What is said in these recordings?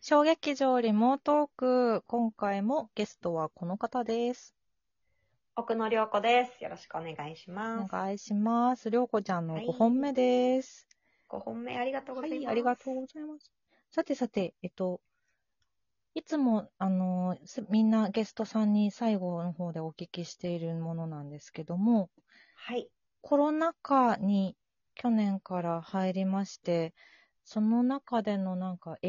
小劇場リモートーク、今回もゲストはこの方です。 奥野涼子です。よろしくお願いします。 お願いします。りょうこちゃんのはい。 5本目です。 5本目ありがとうごはい、 ざいます。 ありがとうございます。さてさて、いつも、みんなゲストさんに最後の方でお聞きしているものなんですけども、 はい。 コロナ禍に去年から入りまして、その中でのなんか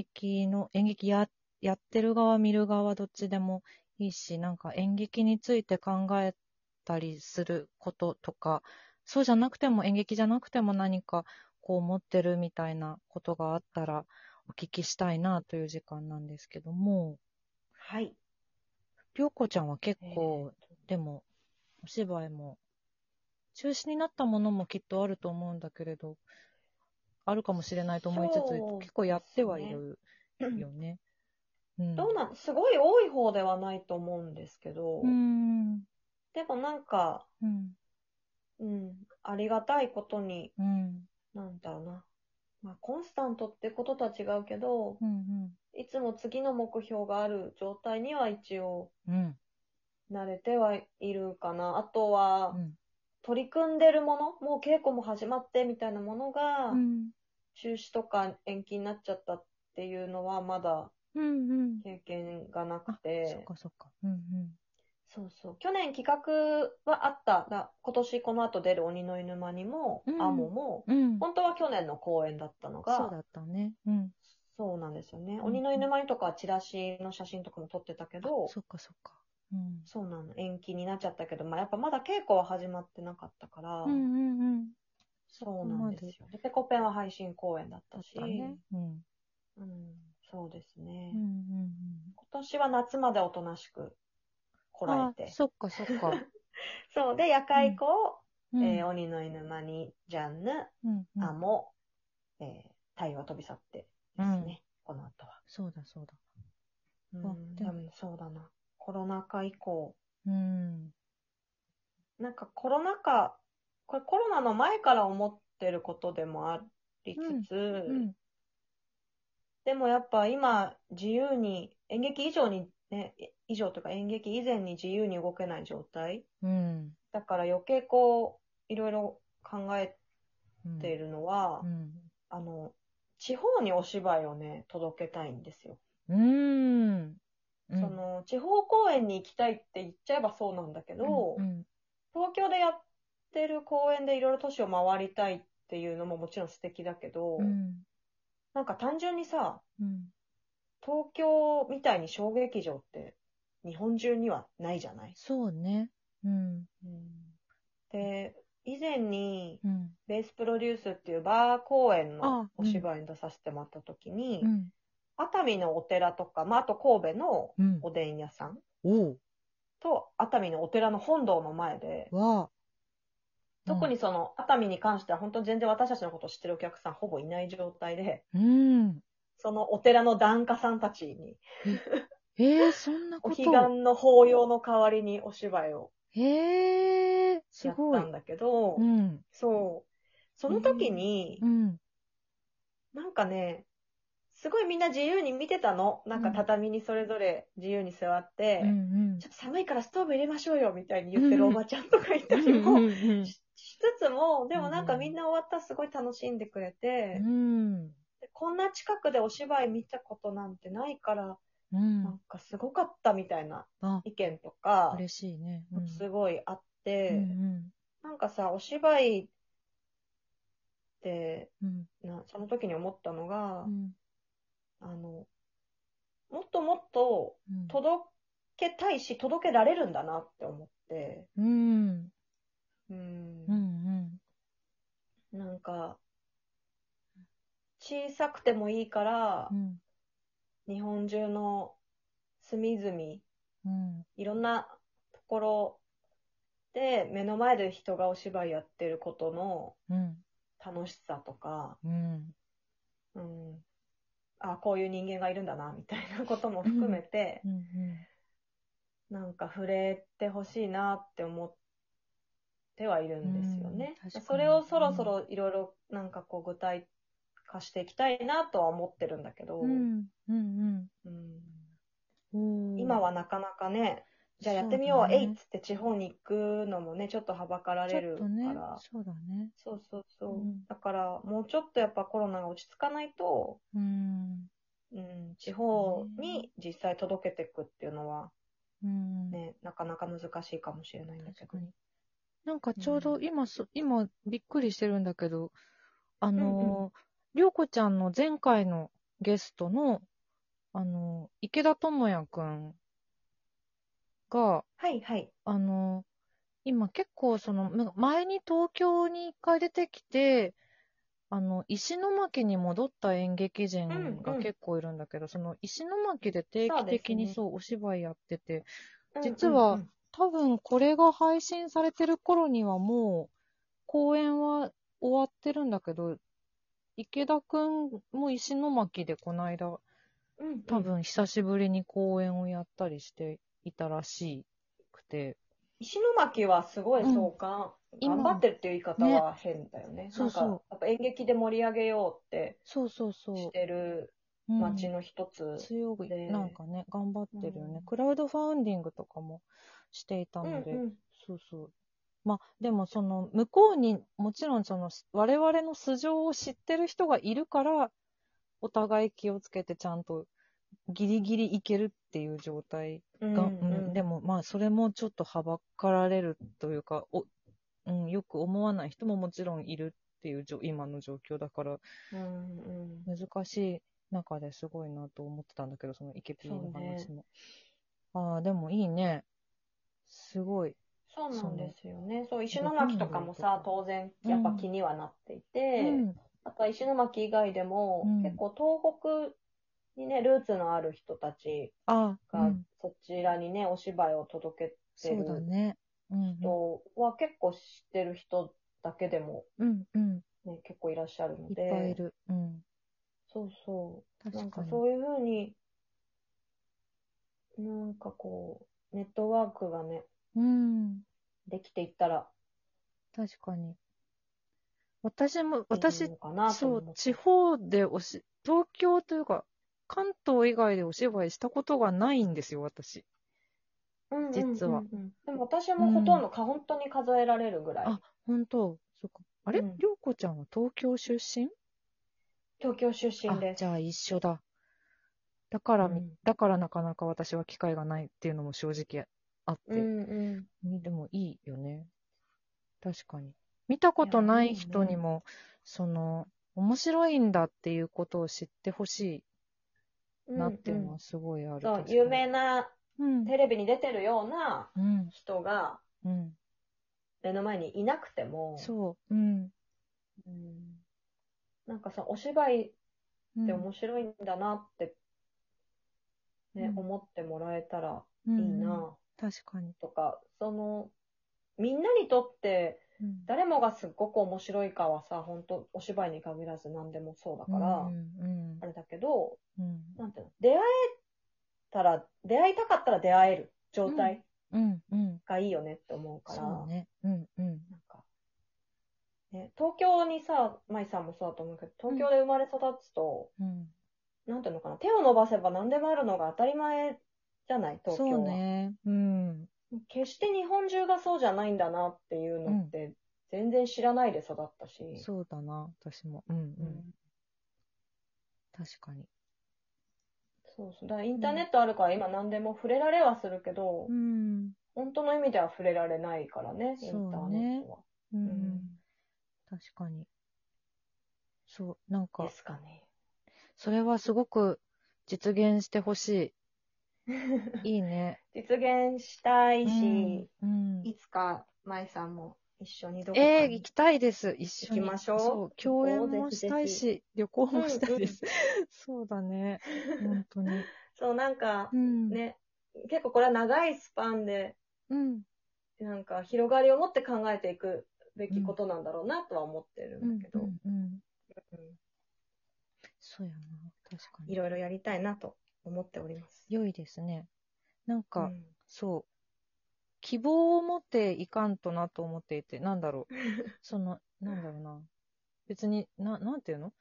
演劇やってる側、見る側、どっちでもいいし、なんか演劇について考えたりすることとか、そうじゃなくても、演劇じゃなくても何かこう思ってるみたいなことがあったらお聞きしたいなという時間なんですけども、 はい。 りょうこちゃんは結え構、でも、お芝居も中止になったものもきっとあると思うんだけれど、あるかもしれないと思いつつ、 そう結構やってはいですね。 るよね。うん。 どうなんすごい多い方ではないと思うんですけうーど、 ん。 でもなんか、 うん。 ありがたいことに、 うん。 なんだろうな。まあ、コンスタントってこととは違うけど、 うん。 いつも次の目標がある状態には一応うん。 慣れてはいるかな。あとは、 うん。 取り組んでるもの、もう稽古も始まってみたいなものが、 うん。 中止とか延期になっちゃったっていうのはまだうん。うん。 経験がなくあ、そって、 かそっか。うん。 そうそう。去年企画はあったが、今年この後出る鬼の犬間にも、 うん。 アモも、 うん。 本当は去年の公演だったのが、 そうだったね。うん。 そうなんですよね。 うん。 鬼のうん。 犬間にとかはチラシの写真とかも撮ってたけあ、 ど、 そっかそっか。うん。 そうなの。延期になっちゃったけど、まあやっぱまだ稽古は始まってなかったから、 うんうんうん。そそうなんこまでですよ。で、ペコペンは配信公演だっただったね。 し、 うん。 うん、そうですね。 うんうんうん。 今年は夏までおとなしくこらえあ、 て。 そっかそっか。 そう。で、夜うん。 会校、 うん。 鬼の犬間に、ジャンヌ、 うんうん。 アモ、太陽は飛び去ってうん。 ですね。この後は。 そうだそうだ。あ、 うん、 でも、 でもそうだな。コロナ禍以降、 うん。 なんかコロナ禍、これコロナの前から思ってることでもありつうん。うつ、 ん。 でもやっぱ今、自由に、演劇以上にね、以上というか演劇以前に自由に動けない状態。 うん。 だから余計こう、いろいろ考えうん。 ているのは、 うん。 あの、地方にお芝居をね、届けたいんですよ。 うん。うん。 その、地方公演に行きたいって言っちゃえばそうなんだけうん。うど、 ん。 東京でやってる公演でいろいろ都市を回りたいっていうのももちろん素敵だけど、 うん。 なんか単純にさ、 うん。 東京みたいに小劇場って日本中にはないじゃない。 そうね。うん。 うん、で、以前にうん。 ベースプロデュースっていうバー公演のあ、 おうん。 芝居に出させてもらった時に、 うん。 熱海のお寺とか、まあ、あと神戸のうん。 おでん屋さんおう。 と熱海のお寺の本堂の前で、 わあ。うん。 特にその熱海に関しては本当に全然私たちのことを知ってるお客さんほぼいない状態で、 うん。 そのお寺の檀家さんたちにえ、そんなお彼岸ことを。 の法要の代わりにお芝居をすやっごい。 たんだけど、 うん。 そう。その時に、 うん。 なんかね、すごいみんな自由に見てたの。なんかうん。 畳にそれぞれ自由に座っうん。うて、 ん。 ちょっと寒いからストーブ入れましょうよみたいに言ってるおうん。 ばちゃんとかいうん。 たりもうん。 しつつも、でうもなんかみんん。 な終わったらすごい楽しんでくれて、 うん。 でこんな近くでお芝居見たことなんてないから、 うん。 なんかすごかったみたいなあ、 意見とか、 嬉しいね。うん。 すごいあっうて、 ん。 なんかさ、お芝居って、 うん。 その時に思ったのが、 うん。 あの、もっともっとうん。 届けたいし、届けられるんだなって思って、 うん。 ううん、 ん。 なんか、小さくてもいいから、 うん。 日本中の隅々、 うん。 いろんなところで目の前で人がお芝居やってることのうん。 楽しさとか、 うん。 うん、あ、こういう人間がいるんだな、みたいなことも含うん。 めて、 うん。 なんか触れてほしいなって思ってはいるうんですよん。 ね。 確かに。 それをそろそろいろいろなんかこう具体貸していきたいなとは思ってるんだけど、 うんうん今はなかなかね、じゃあやってみよう、えいっつって地方に行くのもね、ちょっとはばからちょっれるとね、 から、 そうだね。 そうそうそう。 うん。 だから、もうちょっとやっぱコロナが落ち着かないと、 うん。 地そうだ方ね。 に実際届けていくっていうのは、 うん。 ね、なかなか難しいかもしれないんだけど。 確かに。なんかちょうどうん、 今びっくりしてるんだけど、 うんうん。 りょうこちゃんの前回のゲストの、池田智也くんが、 はいはい。 あの、今結構前に東京に一回出てきて、石巻に戻った演劇うんうん。 人が結構いるんだけど、その石巻で定そう期ですね。 的にそうお芝居やってて、 うん実はうんうん。 多分これが配信されてる頃にはもう公演は終わってるんだけど、池田くんも石巻でこの間うんうん。 多分久しぶりに公演をやったりしていたらしくて、 石巻はすごいうん、 頑張っ今、 てるっていう言い方ね、 は変だよね。なんか、 そうそう、 やっぱ演劇で盛り上げようってそうそうしそてるう、うん、 町の一つ強い、なんで、 かね、頑張っうん、 てるよね。クラウドファウンディングとかもしていたので、 うんうん。 そうそう。まあ、でも向こうにもちろん我々の素性を知ってる人がいるから、お互い気をつけてちゃんとギリギリいけるっていう状態うが、 んうん。 でもまあそれもちょっとはばかられるというか、よく思わない人ももちろんいるっていう今の状況だからうんうん。 難しい中ですごいなと思ってたんだけど、そのイケピーのそうね。 話も。ああ、でもいいね。すごい。 そうなんでその、 すよね。そう、石ご本巻とかもさ、 業とか。 当然やっぱうん、 気にはなっていて、 うん、 あとは石巻以外でも結うん。 構東北にね、ルーツのある人たちあ、うがん。 そちらにね、お芝居を届けてそうだるね。うん、 人は結構知ってる人だけでも、 うん、うん。 ね、結構いらっしゃるのいっぱいいで、 る。うん。 そうそう。なん確かに。 かそういうふうに、なんかこう、ネットワークがね、 うん。 できていったら確かに。 いいのかなともそう、地思ってる。 方で東京というか、関東以外でお芝居したことがないんですよ、私。 うんうん実は。 うんうん。でも私もほとんうん。 ど本当に数えられるぐらい。 あ、本当。そっか。あれうん。 りょうこちゃんは東京出身？ 東京出身あ、 です。 じゃあ一緒だ。 うん。 だからなかなか私は機会がないっていうのも正直あっうて。 んうん。 でもいいよね。確かに。見たこいや、いとないいよね。 人にも、その、面白いんだっていうことを知ってほしういなっんうん。 ていうのはすごいある、 そう、有確かに。 名なうん、 テレビに出てるようなうん、 人がうん。 目の前にいなくても、 そう、うん、 うん、なんかさ、お芝居ってうん、 面白いんだなってね、 うん、 思ってもらえたらうん、うん。 いいな確かに。 とか、みんなにとってうん、 誰もがすっごく面白いかはさ、本当お芝居に限らず何でもそうだうから、 ん、うん、 あれだけど、 うん、 なんていうの、出会いたかったら出会える状うん、 態うん、うん。 がいいよねって思うから、 そうね。うん、うん、 なんか、ね、東京にさ、舞さんもそうだと思うけど、 うん、 東京で生まれ育つと、 うん。 なんていうのかな、手を伸ばせば何でもあるのが当たり前じゃない、東そう京は。 ね。うん、 決して日本中がそうじゃないんだなっていううん。 のって全然知らないで育ったし、 そうだな、私も。うん、うん。 うん、 確かに。 そうそう。だからインターネうん、 ットあるから今何でも触れられはするけど、 うん。 本当の意味では触れられないからね、インそターネッうね。 トは。 ううん。 ん。確かに。そう、なんか、 ですかね。 それはすごく実現してほしい。いいね。 実現したいうん、 し、 うん。 いつか舞さんも一緒にどこかに行きたいです。一緒に。 行きましょそう、 う。行共こう、ぜ演もしひぜひ。 たいし、旅行もしうんうん。 たいです。そうだね。本当に。 そう、なんか、 うん、 ね、結構これは長いスパンで、 うん、 なんか広がりを持って考えていくべうん、 きことなんだろうなとは思ってるうん、 んだけど、 うん、うん。 うん、 そうやな。確かに。 いろいろやりたいなと思っております。 良いですね。なんか、 うん。 そう、希望を持っていかんとなと思っていて、なんだろう。なんだろうな。別に、なんていうの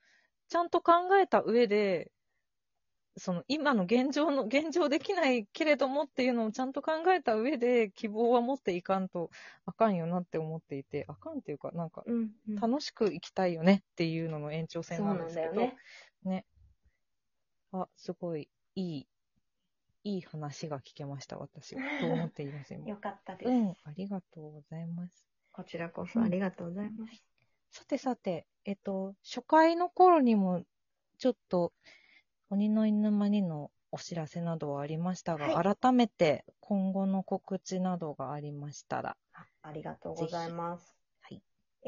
ちゃんと考えた上で、その今の現状できないけれどもっていうのをちゃんと考えた上で希望は持っていかんとあかんよなって思っていて、あかんっていうか、なんかうんうん。 楽しく生きたいよねっていうのの延長線なんですけど、 そうなんだよね。あ、すごいいい話が聞けました、私は。と思っています、今。 よかったです。 うん、ありがとうございます。 こちらこそありがとうございます。 さてさて、初回の頃にもちょっと鬼の犬間にのお知らせなどはありましたが、 はい。 改めて今後の告知などがありましたら、 ありがとうございます。 はい。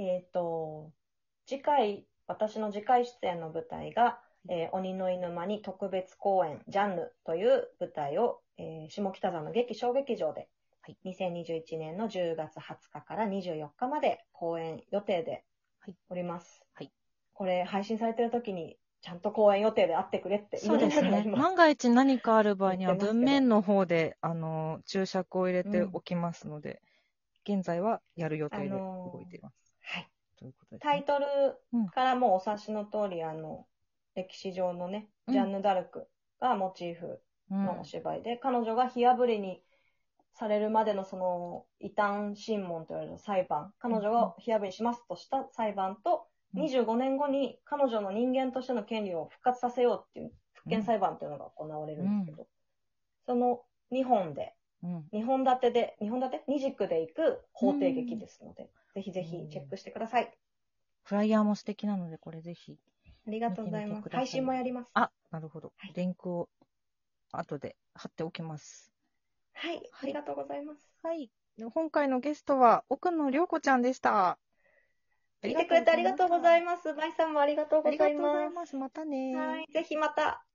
私の次回出演の舞台が、鬼の犬間に特別公演ジャンヌという舞台を、下北沢の小劇場で、 はい、 2021年の10月20日から24日まで公演予定でおります。 はい。 これ配信されてる時にちゃんと公演予定であってくれってそうですね。 今万が一何かある場合には言ってますけど文面の方で、注釈を入れておうんきますので、現在はやる予定で動いています。 はい。 ということですね。 タイトルうんからもうお察しの通り、歴史上のね、ジャンヌ・ダルクがモチーフのお芝居で、彼女が火あぶりにされるまでのその異端審問と言われる裁判、彼女が火あぶりしますとした裁判と、25年後に彼女の人間としての権利を復活させようっていう復権裁判っていうのが行われるんですけど、その2本で、2本立て2軸でいく法廷劇ですので、ぜひぜひチェックしてください。 フライヤーも素敵なので、これぜひ。 ありがとうございます。配信もやります。 あ、なるほど。リンクを後で貼っておきます。 はい、ありがとうございます。 はい。今回のゲストは奥野涼子ちゃんでした。 聞いてくれてありがとうございます。バイさんもありがとうございます。 ありがとうございます。またね。 はい、ぜひまた。